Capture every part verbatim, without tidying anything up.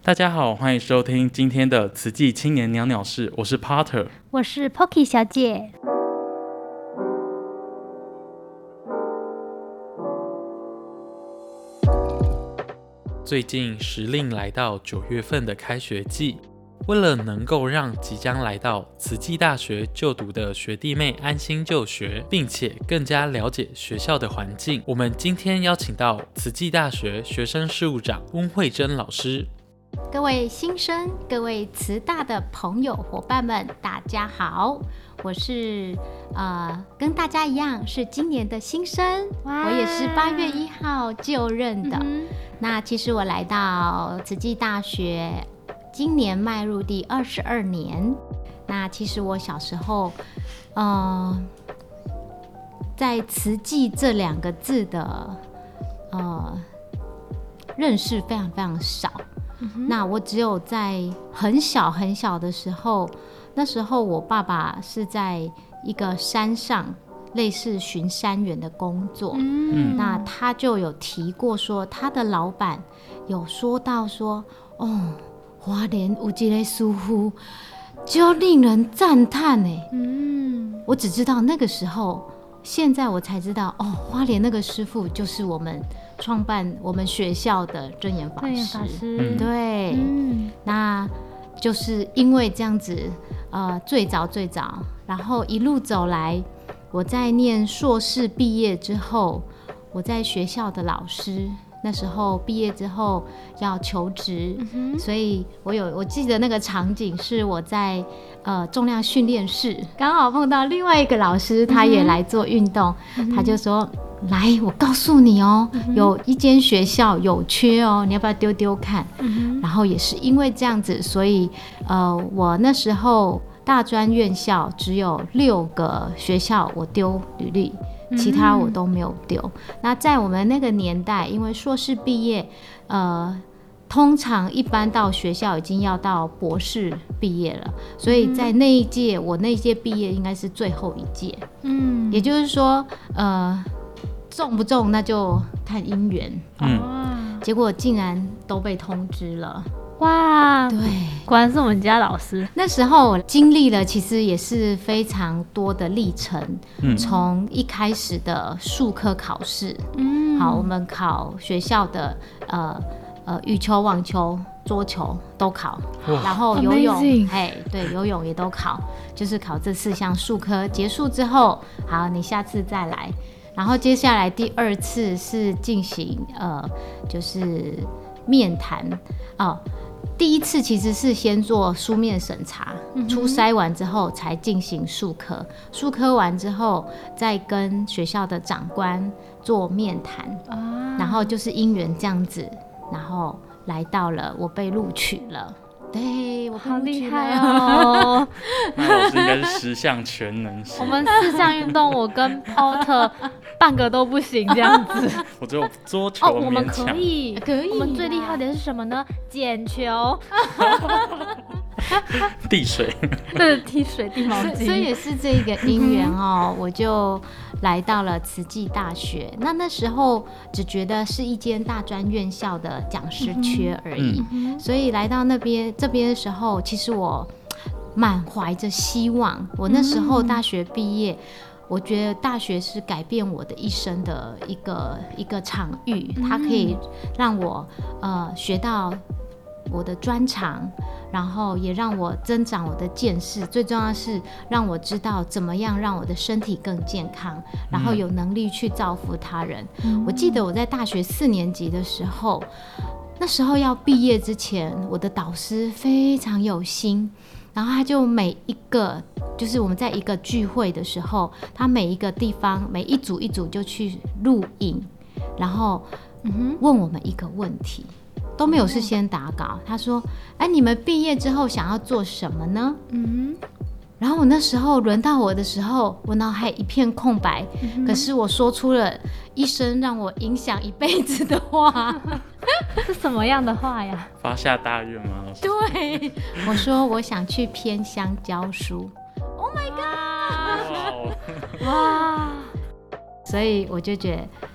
大家好，欢迎收听今天的慈济青年鸟鸟事，我是 Potter， 我是 Pocky 小姐。 最近时令来到九月份的开学季，为了能够让即将来到慈济大学就读的学弟妹安心就学，并且更加了解学校的环境，我们今天邀请到慈济大学学生事务长温慧珍老师。 各位新生，各位慈大的朋友伙伴们，大家好，我是呃跟大家一样是今年的新生，我也是八月一号就任的、嗯、那其实我来到慈济大学今年迈入第二十二年。那其实我小时候呃在慈济这两个字的呃认识非常非常少，嗯、那我只有在很小很小的时候，那时候我爸爸是在一个山上类似巡山员的工作、嗯、那他就有提过说他的老板有说到说哦，花莲有一个师傅就令人赞叹耶、嗯、我只知道那个时候，现在我才知道哦，花莲那个师傅就是我们创办我们学校的真言法师。真言法师、嗯、对、嗯、那就是因为这样子呃，最早最早然后一路走来，我在念硕士毕业之后，我在学校的老师，那时候毕业之后要求职、嗯、所以我有我记得那个场景是我在呃重量训练室，刚好碰到另外一个老师，他也来做运动、嗯、他就说来，我告诉你哦、嗯、有一间学校有缺哦，你要不要丢丢看、嗯、然后也是因为这样子，所以呃我那时候大专院校只有六个学校我丢履历，其他我都没有丢、嗯、那在我们那个年代，因为硕士毕业呃通常一般到学校已经要到博士毕业了，所以在那一届、嗯、我那一届毕业应该是最后一届，嗯，也就是说呃中不中那就看姻缘，嗯，结果竟然都被通知了。 哇， 对， 果然是我们家老师。 那时候我经历了其实也是非常多的历程，嗯，从一开始的术科考试，嗯，好，我们考学校的呃呃羽球、网球、桌球都考，然后游泳，哎，对，游泳也都考，就是考这四项术科。结束之后，好，你下次再来。然后接下来第二次是进行呃就是面谈哦。第一次其实是先做书面审查、嗯、初筛完之后才进行术科，术科完之后再跟学校的长官做面谈、啊、然后就是因缘这样子，然后来到了我被录取了。对，我好厉害哦！ 那老师应该是十项全能型。 我们四项运动，我跟 Potter 半个都不行，这样子。 我只有桌球勉强。 哦，我们可以， 可以。 我们最厉害的是什么呢？捡球。 递水。 对，踢水、递毛巾。 所以也是这个因缘哦，我就来到了慈济大学。那那时候只觉得是一间大专院校的讲师缺而已，嗯、所以来到那边这边的时候，其实我满怀着希望。我那时候大学毕业。我觉得大学是改变我的一生的一个一个场域，它可以让我呃学到我的专长，然后也让我增长我的见识，最重要的是让我知道怎么样让我的身体更健康，然后有能力去造福他人、嗯、我记得我在大学四年级的时候，那时候要毕业之前，我的导师非常有心，然后他就每一个就是我们在一个聚会的时候，他每一个地方每一组一组就去录影，然后问我们一个问题，都没有事先打稿。他说：“哎，你们毕业之后想要做什么呢？”嗯，然后我那时候轮到我的时候，我脑海一片空白、嗯、可是我说出了一声让我影响一辈子的话。 是什么样的话呀？ 发下大愿吗？ 对，我说我想去偏乡教书。Oh my god！ 哇！所以我就觉得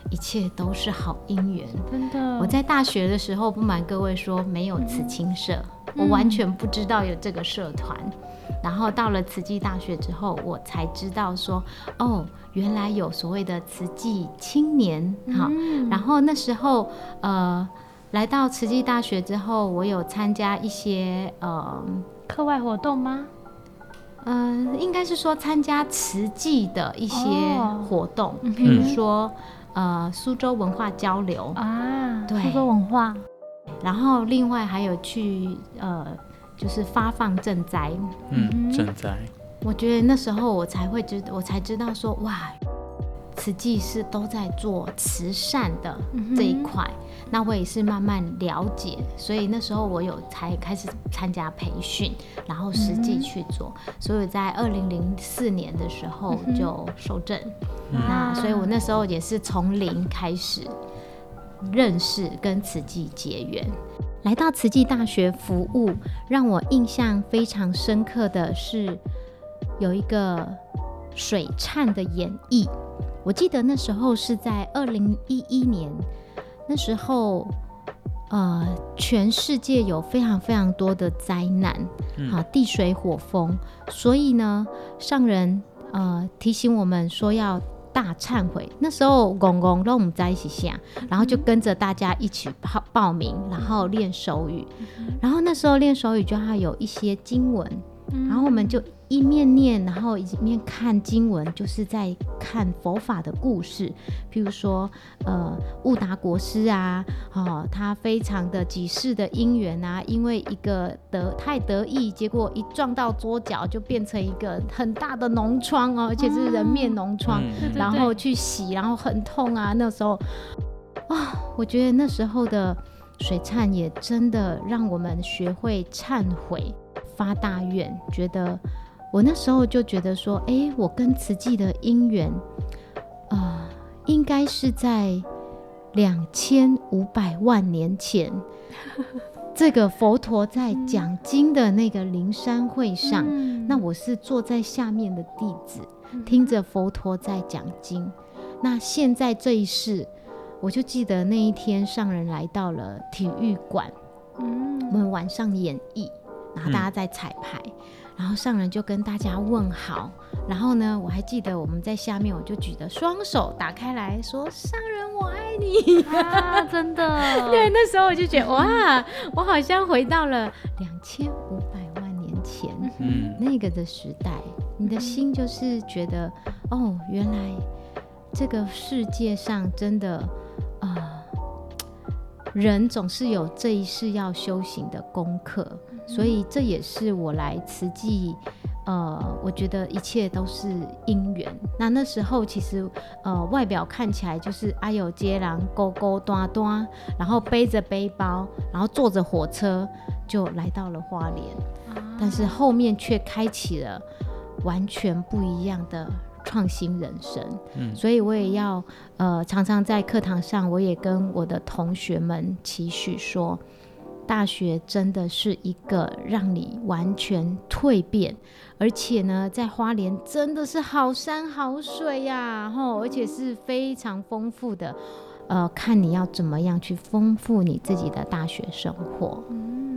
一切都是好姻缘。 真的， 我在大学的时候，不瞒各位说，没有慈青社， 嗯、 我完全不知道有这个社团。然后到了慈济大学之后，我才知道说，哦，原来有所谓的慈济青年，好、嗯，然后那时候呃，来到慈济大学之后，我有参加一些呃课外活动吗？ 呃，应该是说参加慈济的一些活动，哦、比如说、嗯、呃苏州文化交流啊， 对， 苏州文化， 然后另外还有去呃。就是发放赈灾， 嗯，赈灾。 我觉得那时候我才会知，我才知道说，哇，慈济是都在做慈善的这一块。嗯、那我也是慢慢了解，所以那时候我有才开始参加培训，然后实际去做。嗯、所以在二零零四年的时候就受证，嗯、那所以我那时候也是从零开始认识跟慈济结缘。来到慈济大学服务，让我印象非常深刻的是有一个水忏的演绎。我记得那时候是在二零一一年，那时候呃，全世界有非常非常多的灾难，嗯、啊，地水火风，所以呢，上人呃提醒我们说要大忏悔。那时候公公都不在一起下，然后就跟着大家一起报报名，然后练手语。然后那时候练手语就要有一些经文，然后我们就一面念，然后一面看经文，就是在看佛法的故事。譬如说，呃，悟达国师啊，哦，他非常的几世的因缘啊，因为一个得太得意，结果一撞到桌角，就变成一个很大的脓疮哦，而且是人面脓疮，嗯、然后去洗，然后很痛啊。那时候，啊、哦，我觉得那时候的水忏也真的让我们学会忏悔、发大愿，觉得。我那时候就觉得说，哎，我跟慈济的因缘，呃，应该是在两千五百万年前，这个佛陀在讲经的那个灵山会上，嗯、那我是坐在下面的弟子，嗯、听着佛陀在讲经。那现在这一世，我就记得那一天上人来到了体育馆，嗯、我们晚上演绎，然后大家在彩排。嗯然后上人就跟大家问好，然后呢，我还记得我们在下面，我就举着双手打开来说：“上人，我爱你！” 啊，真的。 对，那时候我就觉得哇，我好像回到了两千五百万年前，嗯，那个的时代。你的心就是觉得，哦，原来这个世界上真的，呃，人总是有这一世要修行的功课。所以这也是我来慈济，呃，我觉得一切都是因缘。那那时候其实，呃，外表看起来就是阿有接郎勾勾端端，然后背着背包，然后坐着火车就来到了花莲，啊、但是后面却开启了完全不一样的创新人生。嗯、所以我也要，呃，常常在课堂上，我也跟我的同学们期许说。大学真的是一个让你完全蜕变，而且呢，在花莲真的是好山好水呀，而且是非常丰富的。呃，看你要怎么样去丰富你自己的大学生活。嗯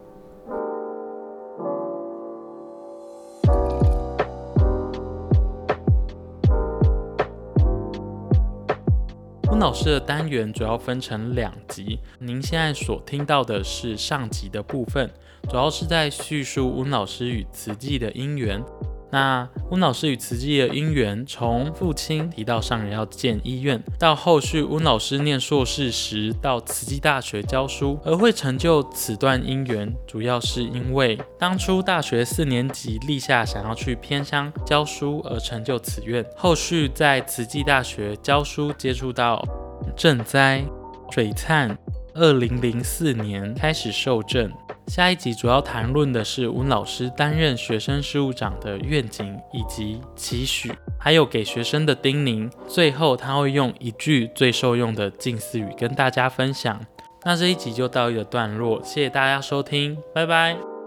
温老师的单元主要分成两集，您现在所听到的是上集的部分，主要是在叙述温老师与慈济的因缘。那温老师与慈济的因缘，从父亲提到上人要建医院，到后续温老师念硕士时到慈济大学教书，而会成就此段因缘，主要是因为当初大学四年级立下想要去偏乡教书而成就此愿，后续在慈济大学教书接触到赈灾、水忏，二零零四年开始受证。下一集主要谈论的是温老师担任学生事务长的愿景以及期许，还有给学生的叮咛。最后他会用一句最受用的近似语跟大家分享。那这一集就到一个段落，谢谢大家收听，拜拜。